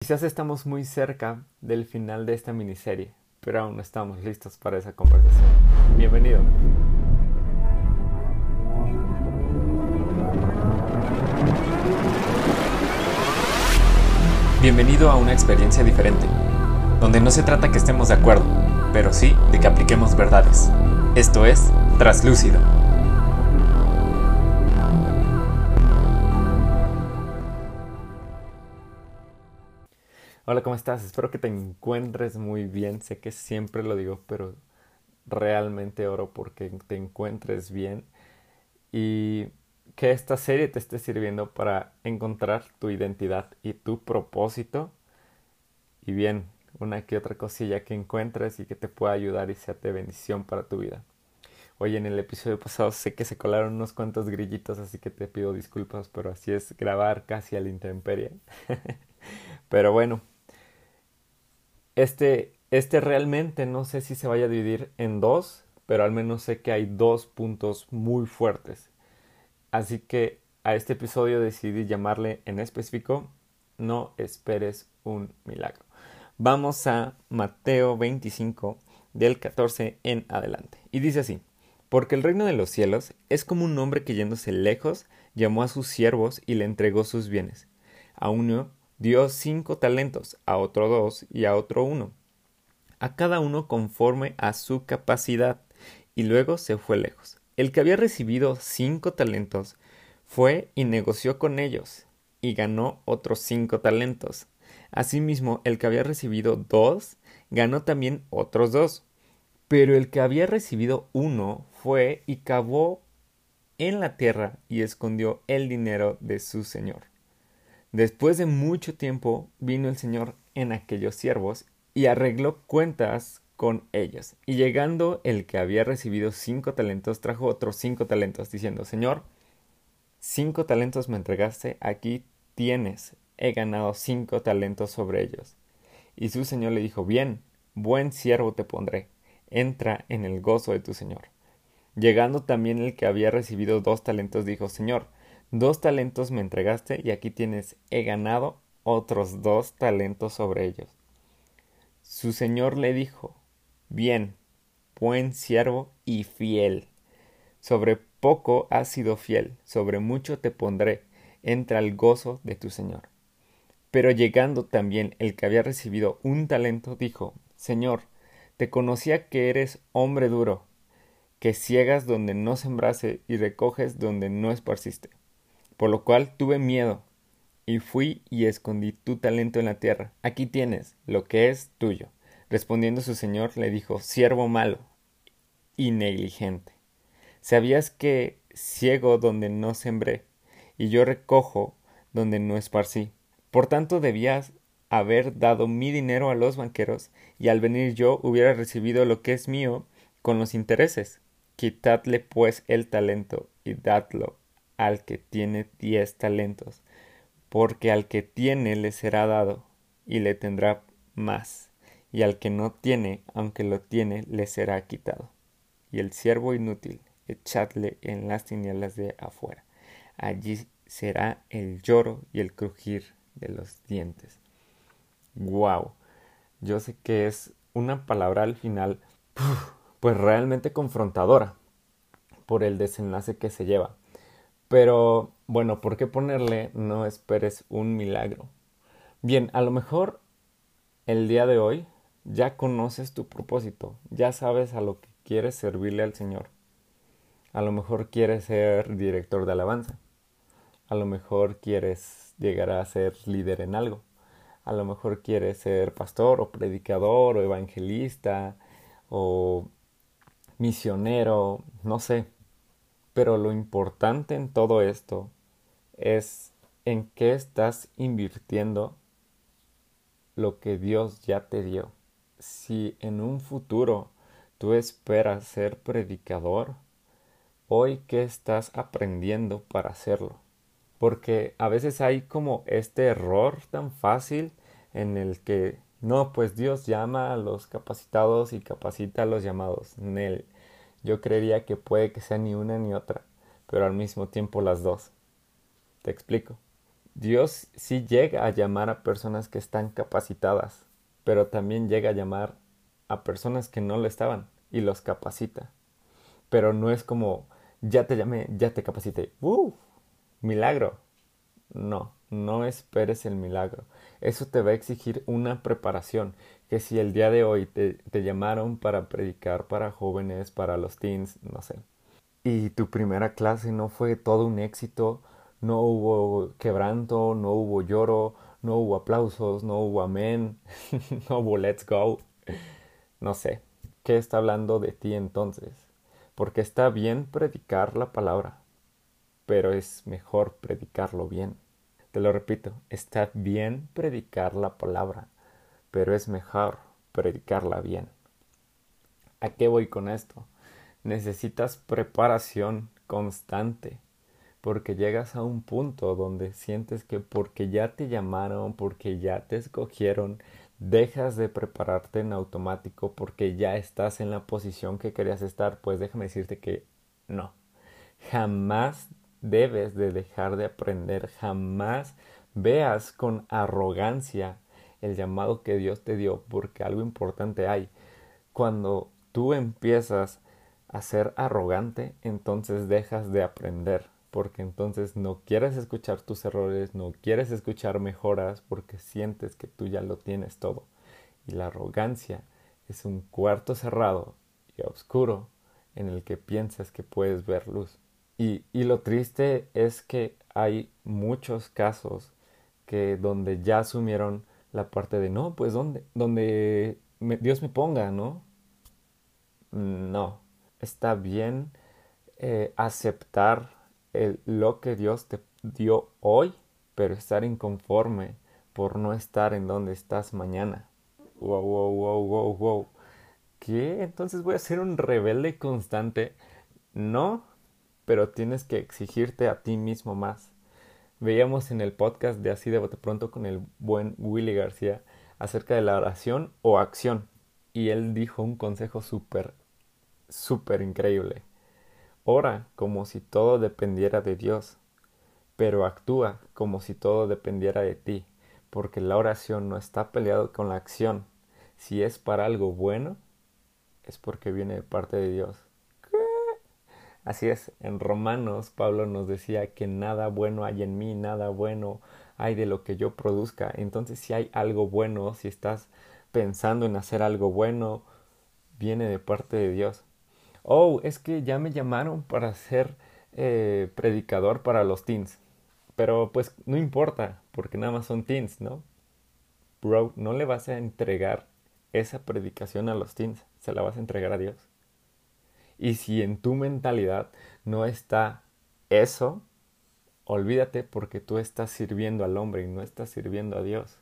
Quizás estamos muy cerca del final de esta miniserie, pero aún no estamos listos para esa conversación. Bienvenido. Bienvenido a una experiencia diferente, donde no se trata que estemos de acuerdo, pero sí de que apliquemos verdades. Esto es Traslúcido. Hola, ¿cómo estás? Espero que te encuentres muy bien. Sé que siempre lo digo, pero realmente oro porque te encuentres bien y que esta serie te esté sirviendo para encontrar tu identidad y tu propósito y bien, una que otra cosilla que encuentres y que te pueda ayudar y sea de bendición para tu vida. Oye, en el episodio pasado sé que se colaron unos cuantos grillitos, así que te pido disculpas, pero así es grabar casi a la intemperie. Pero bueno, este realmente no sé si se vaya a dividir en dos, pero al menos sé que hay dos puntos muy fuertes. Así que a este episodio decidí llamarle en específico No esperes un milagro. Vamos a Mateo 25 del 14 en adelante. Y dice así: Porque el reino de los cielos es como un hombre que yéndose lejos llamó a sus siervos y le entregó sus bienes. A uno dio 5 talentos, a otro 2 y a otro 1, a cada uno conforme a su capacidad, y luego se fue lejos. El que había recibido 5 talentos fue y negoció con ellos, y ganó otros 5 talentos. Asimismo, el que había recibido 2 ganó también otros 2. Pero el que había recibido 1 fue y cavó en la tierra y escondió el dinero de su señor. Después de mucho tiempo vino el señor en aquellos siervos y arregló cuentas con ellos. Y llegando el que había recibido 5 talentos, trajo otros 5 talentos, diciendo: Señor, 5 talentos me entregaste, aquí tienes, he ganado 5 talentos sobre ellos. Y su señor le dijo: Bien, buen siervo te pondré, entra en el gozo de tu señor. Llegando también el que había recibido 2 talentos, dijo: Señor, 2 talentos me entregaste, y aquí tienes, he ganado otros 2 talentos sobre ellos. Su señor le dijo: Bien, buen siervo y fiel. Sobre poco has sido fiel, sobre mucho te pondré, entra al gozo de tu señor. Pero llegando también el que había recibido 1 talento, dijo: Señor, te conocía que eres hombre duro, que ciegas donde no sembraste y recoges donde no esparciste. Por lo cual tuve miedo, y fui y escondí tu talento en la tierra. Aquí tienes lo que es tuyo. Respondiendo su señor le dijo: Siervo malo y negligente, sabías que ciego donde no sembré, y yo recojo donde no esparcí. Por tanto debías haber dado mi dinero a los banqueros, y al venir yo hubiera recibido lo que es mío con los intereses. Quitadle pues el talento y dadlo al que tiene 10 talentos, porque al que tiene le será dado, y le tendrá más, y al que no tiene, aunque lo tiene, le será quitado. Y el siervo inútil, echadle en las tinieblas de afuera. Allí será el lloro y el crujir de los dientes. Wow, yo sé que es una palabra al final, pues realmente confrontadora por el desenlace que se lleva. Pero bueno, ¿por qué ponerle no esperes un milagro? Bien, a lo mejor el día de hoy ya conoces tu propósito, ya sabes a lo que quieres servirle al Señor. A lo mejor quieres ser director de alabanza. A lo mejor quieres llegar a ser líder en algo. A lo mejor quieres ser pastor o predicador o evangelista o misionero, no sé. Pero lo importante en todo esto es en qué estás invirtiendo lo que Dios ya te dio. Si en un futuro tú esperas ser predicador, hoy qué estás aprendiendo para hacerlo. Porque a veces hay como este error tan fácil en el que no, pues Dios llama a los capacitados y capacita a los llamados. Nel, yo creería que puede que sea ni una ni otra, pero al mismo tiempo las dos. Te explico. Dios sí llega a llamar a personas que están capacitadas, pero también llega a llamar a personas que no lo estaban y los capacita. Pero no es como, ya te llamé, ya te capacité. ¡Uh! Milagro. No, no esperes el milagro. Eso te va a exigir una preparación. Que si el día de hoy te llamaron para predicar para jóvenes, para los teens, no sé, y tu primera clase no fue todo un éxito, no hubo quebranto, no hubo lloro, no hubo aplausos, no hubo amén, no hubo let's go, no sé, ¿qué está hablando de ti entonces? Porque está bien predicar la palabra, pero es mejor predicarlo bien. Te lo repito, está bien predicar la palabra, pero es mejor predicarla bien. ¿A qué voy con esto? Necesitas preparación constante, porque llegas a un punto donde sientes que porque ya te llamaron, porque ya te escogieron, dejas de prepararte en automático porque ya estás en la posición que querías estar. Pues déjame decirte que no. Jamás debes de dejar de aprender, jamás veas con arrogancia el llamado que Dios te dio, porque algo importante hay. Cuando tú empiezas a ser arrogante, entonces dejas de aprender, porque entonces no quieres escuchar tus errores, no quieres escuchar mejoras, porque sientes que tú ya lo tienes todo. Y la arrogancia es un cuarto cerrado y oscuro en el que piensas que puedes ver luz. Y lo triste es que hay muchos casos que donde ya asumieron la parte de no, pues donde Dios me ponga, ¿no? No, está bien aceptar lo que Dios te dio hoy, pero estar inconforme por no estar en donde estás mañana. Wow, wow, wow, wow, wow. ¿Qué? Entonces voy a ser un rebelde constante. No, pero tienes que exigirte a ti mismo más. Veíamos en el podcast de Así de Bote Pronto con el buen Willy García acerca de la oración o acción. Y él dijo un consejo súper increíble. Ora como si todo dependiera de Dios, pero actúa como si todo dependiera de ti, porque la oración no está peleado con la acción. Si es para algo bueno, es porque viene de parte de Dios. Así es, en Romanos Pablo nos decía que nada bueno hay en mí, nada bueno hay de lo que yo produzca. Entonces si hay algo bueno, si estás pensando en hacer algo bueno, viene de parte de Dios. Oh, es que ya me llamaron para ser predicador para los teens. Pero pues no importa, porque nada más son teens, ¿no? Bro, no le vas a entregar esa predicación a los teens, se la vas a entregar a Dios. Y si en tu mentalidad no está eso, olvídate porque tú estás sirviendo al hombre y no estás sirviendo a Dios.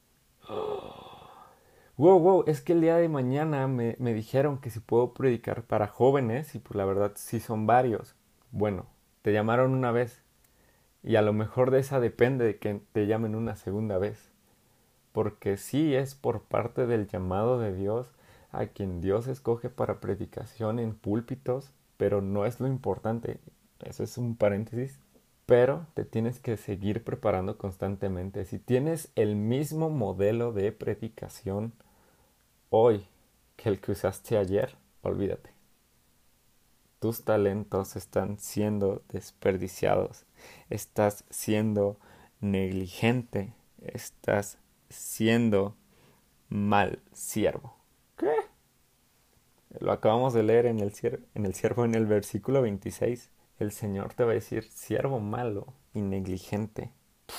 Wow, wow, es que el día de mañana me dijeron que si puedo predicar para jóvenes y pues la verdad sí son varios. Bueno, te llamaron una vez y a lo mejor de esa depende de que te llamen una segunda vez. Porque sí es por parte del llamado de Dios a quien Dios escoge para predicación en púlpitos, pero no es lo importante. Eso es un paréntesis. Pero te tienes que seguir preparando constantemente. Si tienes el mismo modelo de predicación hoy que el que usaste ayer, olvídate. Tus talentos están siendo desperdiciados. Estás siendo negligente. Estás siendo mal siervo. ¿Qué? Lo acabamos de leer en el siervo en el versículo 26. El Señor te va a decir, siervo malo y negligente,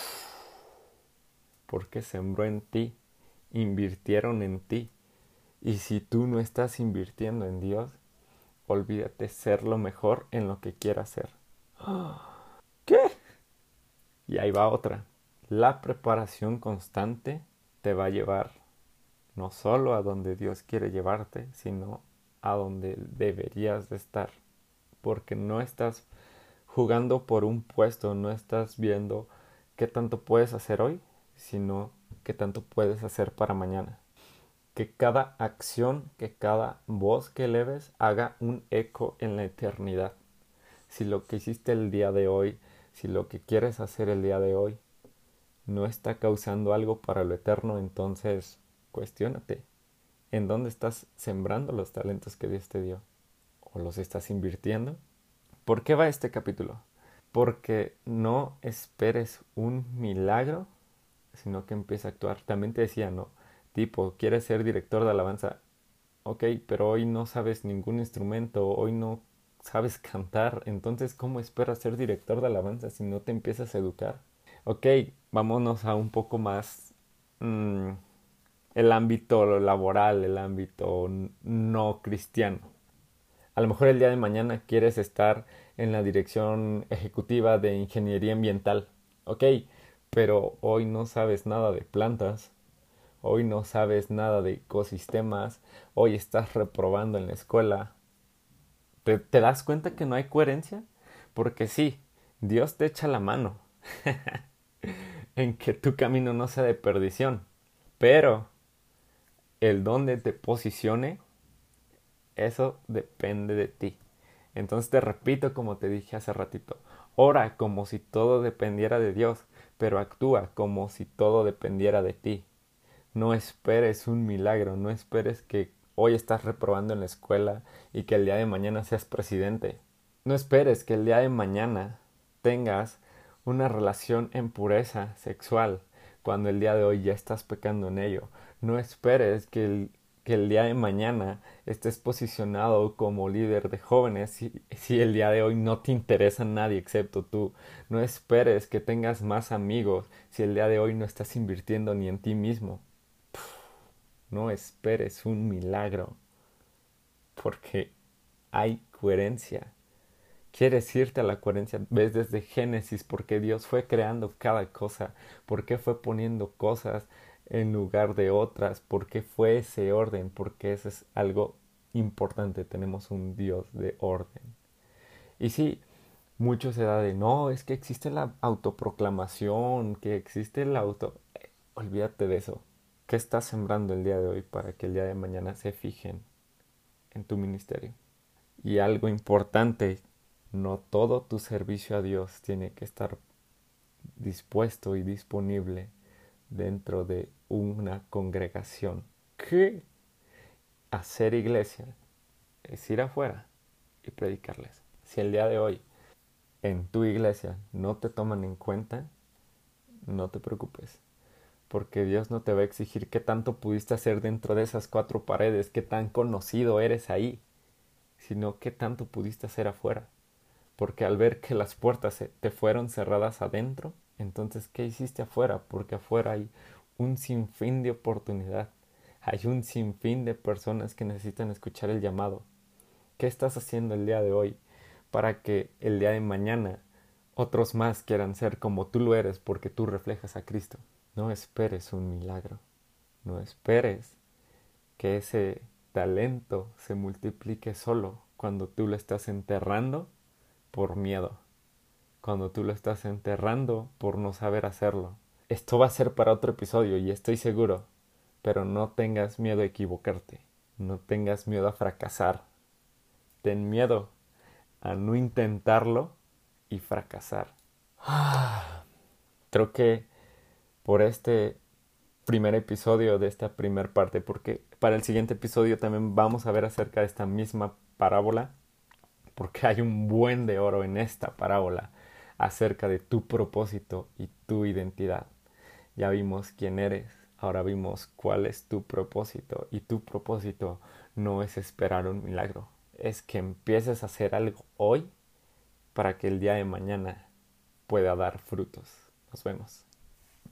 porque sembró en ti, invirtieron en ti. Y si tú no estás invirtiendo en Dios, olvídate ser lo mejor en lo que quieras ser. ¿Qué? Y ahí va otra. La preparación constante te va a llevar no solo a donde Dios quiere llevarte, sino a donde deberías de estar. Porque no estás jugando por un puesto, no estás viendo qué tanto puedes hacer hoy, sino qué tanto puedes hacer para mañana. Que cada acción, que cada voz que eleves haga un eco en la eternidad. Si lo que hiciste el día de hoy, si lo que quieres hacer el día de hoy no está causando algo para lo eterno, entonces cuestiónate. ¿En dónde estás sembrando los talentos que Dios te dio? ¿O los estás invirtiendo? ¿Por qué va este capítulo? Porque no esperes un milagro, sino que empieza a actuar. También te decía, ¿no? Tipo, ¿quieres ser director de alabanza? Ok, pero hoy no sabes ningún instrumento, hoy no sabes cantar, entonces ¿cómo esperas ser director de alabanza si no te empiezas a educar? Ok, vámonos a un poco más mmm, el ámbito laboral, el ámbito no cristiano. A lo mejor el día de mañana quieres estar en la dirección ejecutiva de ingeniería ambiental. Ok, pero hoy no sabes nada de plantas, hoy no sabes nada de ecosistemas, hoy estás reprobando en la escuela. ¿Te das cuenta que no hay coherencia? Porque sí, Dios te echa la mano en que tu camino no sea de perdición, pero el donde te posicione, eso depende de ti. Entonces te repito como te dije hace ratito, ora como si todo dependiera de Dios, pero actúa como si todo dependiera de ti. No esperes un milagro, no esperes que hoy estás reprobando en la escuela y que el día de mañana seas presidente. No esperes que el día de mañana tengas una relación en pureza sexual cuando el día de hoy ya estás pecando en ello. No esperes que el día de mañana estés posicionado como líder de jóvenes si el día de hoy no te interesa nadie excepto tú. No esperes que tengas más amigos si el día de hoy no estás invirtiendo ni en ti mismo. No esperes un milagro porque hay coherencia. ¿Quieres irte a la coherencia? Ves desde Génesis porque Dios fue creando cada cosa, porque fue poniendo cosas en lugar de otras, porque fue ese orden, porque eso es algo importante. Tenemos un Dios de orden. Y sí, mucho se da de no, es que existe la autoproclamación, que existe el auto. Olvídate de eso. ¿Qué estás sembrando el día de hoy para que el día de mañana se fijen en tu ministerio? Y algo importante, no todo tu servicio a Dios tiene que estar dispuesto y disponible dentro de una congregación. ¿Qué? Hacer iglesia es ir afuera y predicarles. Si el día de hoy en tu iglesia no te toman en cuenta, no te preocupes, porque Dios no te va a exigir qué tanto pudiste hacer dentro de esas cuatro paredes, qué tan conocido eres ahí, sino qué tanto pudiste hacer afuera. Porque al ver que las puertas te fueron cerradas adentro, entonces ¿qué hiciste afuera? Porque afuera hay un sinfín de oportunidad, hay un sinfín de personas que necesitan escuchar el llamado. ¿Qué estás haciendo el día de hoy para que el día de mañana otros más quieran ser como tú lo eres porque tú reflejas a Cristo? No esperes un milagro, no esperes que ese talento se multiplique solo cuando tú lo estás enterrando por miedo, cuando tú lo estás enterrando por no saber hacerlo. Esto va a ser para otro episodio y estoy seguro, pero no tengas miedo a equivocarte, no tengas miedo a fracasar, ten miedo a no intentarlo y fracasar. Creo que por este primer episodio de esta primer parte, porque para el siguiente episodio también vamos a ver acerca de esta misma parábola, porque hay un buen de oro en esta parábola acerca de tu propósito y tu identidad. Ya vimos quién eres, ahora vimos cuál es tu propósito, y tu propósito no es esperar un milagro, es que empieces a hacer algo hoy para que el día de mañana pueda dar frutos. Nos vemos.